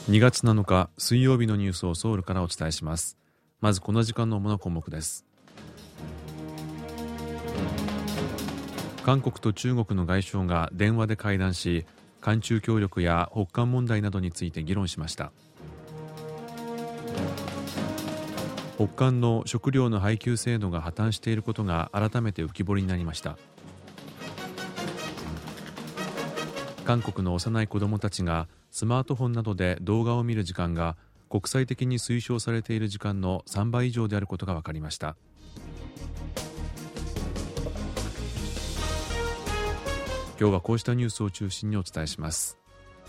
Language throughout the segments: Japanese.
2月7日水曜日のニュースをソウルからお伝えします。まずこの時間の主な項目です。韓国と中国の外相が電話で会談し、韓中協力や北韓問題などについて議論しました。北韓の食料の配給制度が破綻していることが改めて浮き彫りになりました。韓国の幼い子どもたちがスマートフォンなどで動画を見る時間が国際的に推奨されている時間の3倍以上であることが分かりました。今日はこうしたニュースを中心にお伝えします。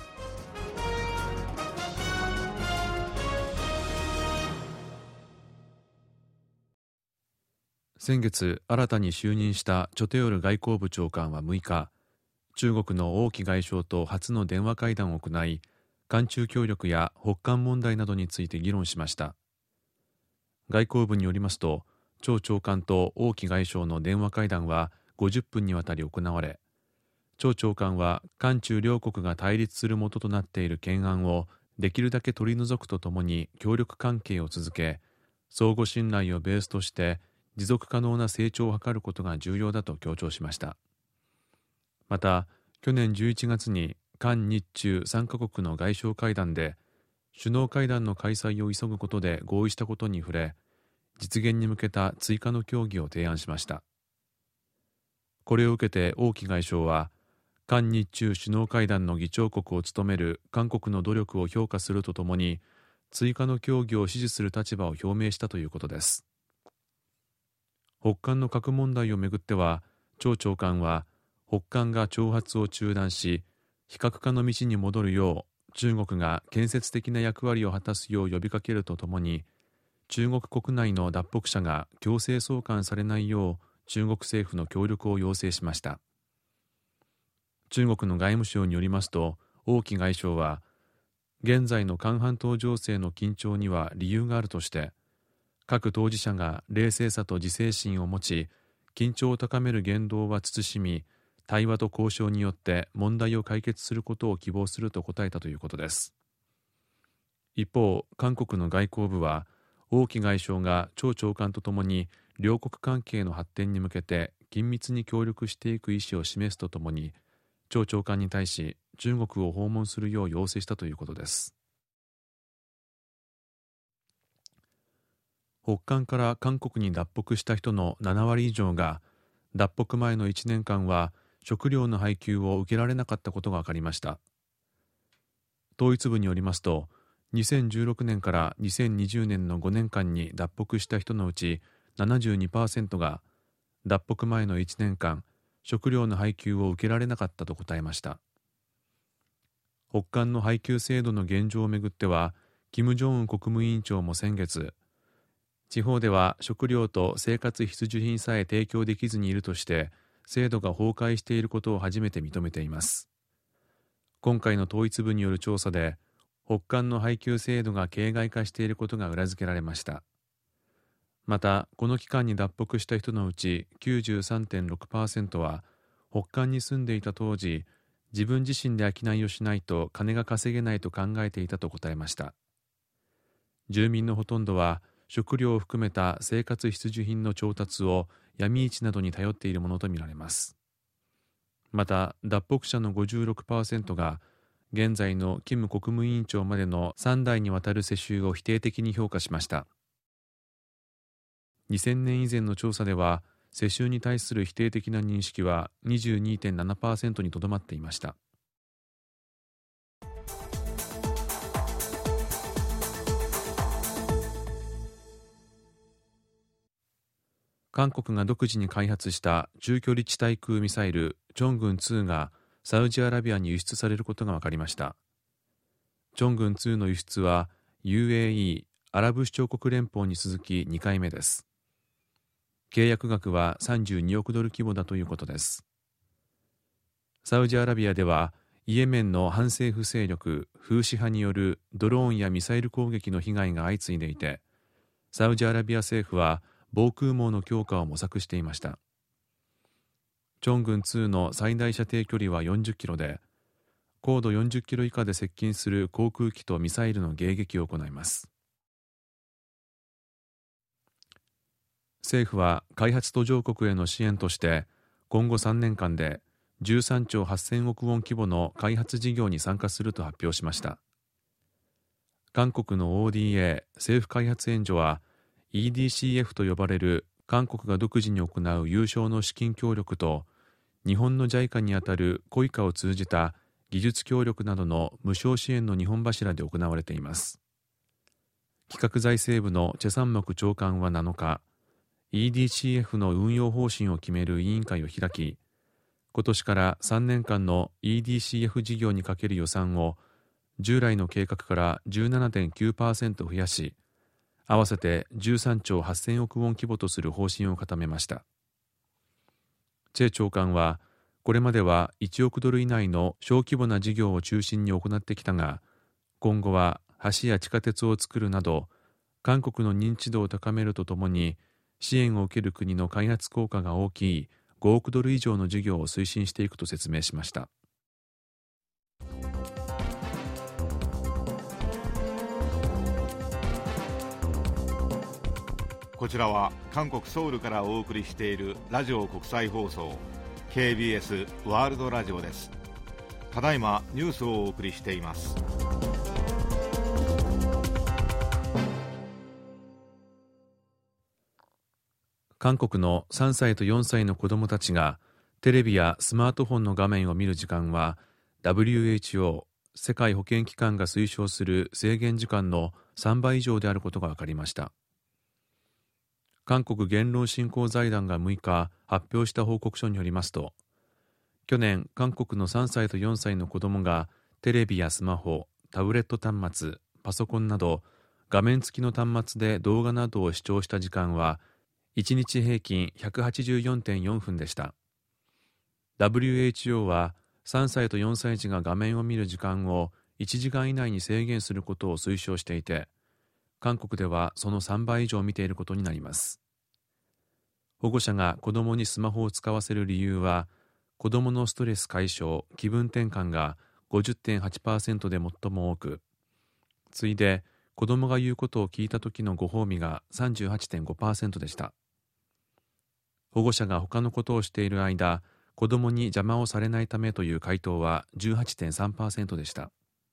先月新たに就任したチョテヨル外交部長官は6日、中国の王毅外相と初の電話会談を行い、韓中協力や北韓問題などについて議論しました。外交部によりますと、チョ長官と王毅外相の電話会談は50分にわたり行われ、チョ長官は韓中両国が対立する元となっている懸案をできるだけ取り除くとともに協力関係を続け、相互信頼をベースとして持続可能な成長を図ることが重要だと強調しました。また、去年11月に韓日中3カ国の外相会談で首脳会談の開催を急ぐことで合意したことに触れ、実現に向けた追加の協議を提案しました。これを受けて王毅外相は、韓日中首脳会談の議長国を務める韓国の努力を評価するとともに、追加の協議を支持する立場を表明したということです。北韓の核問題をめぐっては、チョ長官は北韓が挑発を中断し、非核化の道に戻るよう中国が建設的な役割を果たすよう呼びかけるとともに、中国国内の脱北者が強制送還されないよう中国政府の協力を要請しました。中国の外務省によりますと、王毅外相は、現在の韓半島情勢の緊張には理由があるとして、各当事者が冷静さと自制心を持ち、緊張を高める言動は慎み、対話と交渉によって問題を解決することを希望すると答えたということです。一方、韓国の外交部は、王毅外相がチョ長官とともに両国関係の発展に向けて緊密に協力していく意思を示すとともに、チョ長官に対し中国を訪問するよう要請したということです。北韓から韓国に脱北した人の7割以上が、脱北前の1年間は食料の配給を受けられなかったことが分かりました。統一部によりますと、2016年から2020年の5年間に脱北した人のうち 72% が脱北前の1年間食料の配給を受けられなかったと答えました。北韓の配給制度の現状をめぐっては、金正恩国務委員長も先月、地方では食料と生活必需品さえ提供できずにいるとして制度が崩壊していることを初めて認めています。今回の統一部による調査で、北韓の配給制度が形骸化していることが裏付けられました。また、この期間に脱北した人のうち 93.6% は、北韓に住んでいた当時、自分自身で商いをしないと金が稼げないと考えていたと答えました。住民のほとんどは、食料を含めた生活必需品の調達を闇市などに頼っているものとみられます。また、脱北者の 56% が現在のキム国務委員長までの3代にわたる世襲を否定的に評価しました。2000年以前の調査では、世襲に対する否定的な認識は 22.7% にとどまっていました。韓国が独自に開発した中距離地対空ミサイルチョングン2がサウジアラビアに輸出されることが分かりました。チョングン2の輸出は UAE アラブ首長国連邦に続き2回目です。契約額は32億ドル規模だということです。サウジアラビアではイエメンの反政府勢力フーシ派によるドローンやミサイル攻撃の被害が相次いでいて、サウジアラビア政府は防空網の強化を模索していました。チョングン2の最大射程距離は40キロで、 高度40キロ以下で接近する航空機とミサイルの迎撃を行います。政府は開発途上国への支援として今後3年間で13兆8000億ウォン規模の開発事業に参加すると発表しました。韓国の ODA 政府開発援助は EDCF と呼ばれる韓国が独自に行う有償の資金協力と日本の JICA にあたるKOICAを通じた技術協力などの無償支援の2本柱で行われています。企画財政部のチェ・サンモク長官は7日、EDCF の運用方針を決める委員会を開き、今年から3年間の EDCF 事業にかける予算を従来の計画から 17.9% 増やし、合わせて13兆8000億ウォン規模とする方針を固めました。チェ長官は、これまでは1億ドル以内の小規模な事業を中心に行ってきたが、今後は橋や地下鉄を作るなど、韓国の認知度を高めるとともに、支援を受ける国の開発効果が大きい5億ドル以上の事業を推進していくと説明しました。 こちらは韓国ソウルからお送りしているラジオ国際放送 KBS ワールドラジオです。ただいまニュースをお送りしています。 韓国の3歳と4歳の子どもたちがテレビやスマートフォンの画面を見る時間は WHO 世界保健機関が推奨する制限時間の3倍以上であることが分かりました。韓国言論振興財団が6日発表した報告書によりますと、去年韓国の3歳と4歳の子どもがテレビやスマホ、タブレット端末、パソコンなど画面付きの端末で動画などを視聴した時間は1日平均 184.4 分でした。WHO は3歳と4歳児が画面を見る時間を1時間以内に制限することを推奨していて、韓国ではその3倍以上見ていることになります。保護者が子どもにスマホを使わせる理由は、子どものストレス解消、気分転換が 50.8% で最も多く、次いで子どもが言うことを聞いた時のご褒美が 38.5% でした。保護者が他のことをしている間、子どもに邪魔をされないためという回答は 18.3% でした。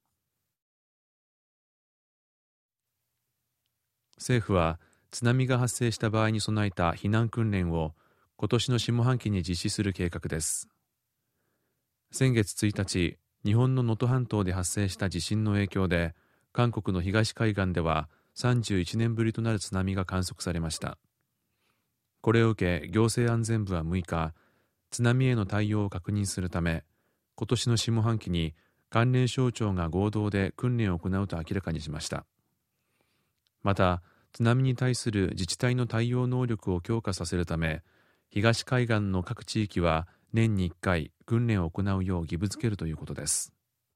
政府は津波が発生した場合に備えた避難訓練を今年の下半期に実施する計画です。先月1日、日本の能登半島で発生した地震の影響で、韓国の東海岸では31年ぶりとなる津波が観測されました。これを受け、行政安全部は6日、津波への対応を確認するため、今年の下半期に関連省庁が合同で訓練を行うと明らかにしました。また、津波に対する自治体の対応能力を強化させるため、東海岸の各地域は年に1回訓練を行うよう義務付けるということです。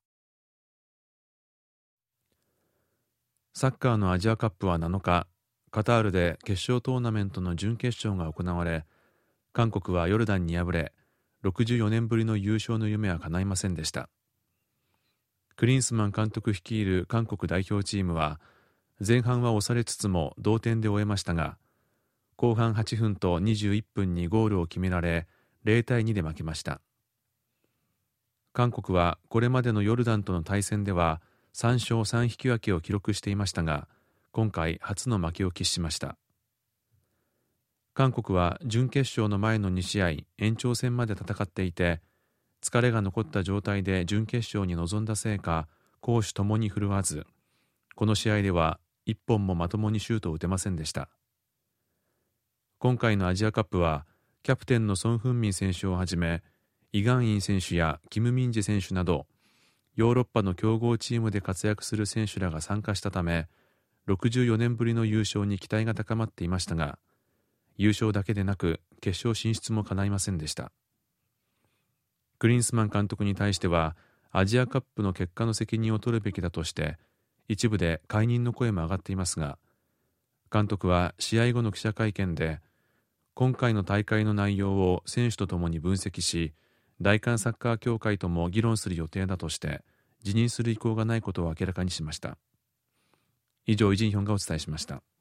サッカーのアジアカップは7日、カタールで決勝トーナメントの準決勝が行われ、韓国はヨルダンに敗れ、64年ぶりの優勝の夢は叶いませんでした。クリンスマン監督率いる韓国代表チームは、前半は押されつつも同点で終えましたが、後半8分と21分にゴールを決められ、0対2で負けました。韓国はこれまでのヨルダンとの対戦では3勝3引き分けを記録していましたが、今回初の負けを喫しました。韓国は準決勝の前の2試合延長戦まで戦っていて、疲れが残った状態で準決勝に臨んだせいか、攻守ともに振るわず、この試合では1本もまともにシュートを打てませんでした。今回のアジアカップはキャプテンのソン・フンミン選手をはじめ、イ・ガンイン選手やキム・ミンジェ選手などヨーロッパの強豪チームで活躍する選手らが参加したため、64年ぶりの優勝に期待が高まっていましたが、優勝だけでなく決勝進出も叶いませんでした。クリンスマン監督に対しては、アジアカップの結果の責任を取るべきだとして一部で解任の声も上がっていますが、監督は試合後の記者会見で、今回の大会の内容を選手とともに分析し、 大韓サッカー協会とも議論する予定だとして辞任する意向がないことを明らかにしました。以上、イ・ジンヒョンがお伝えしました。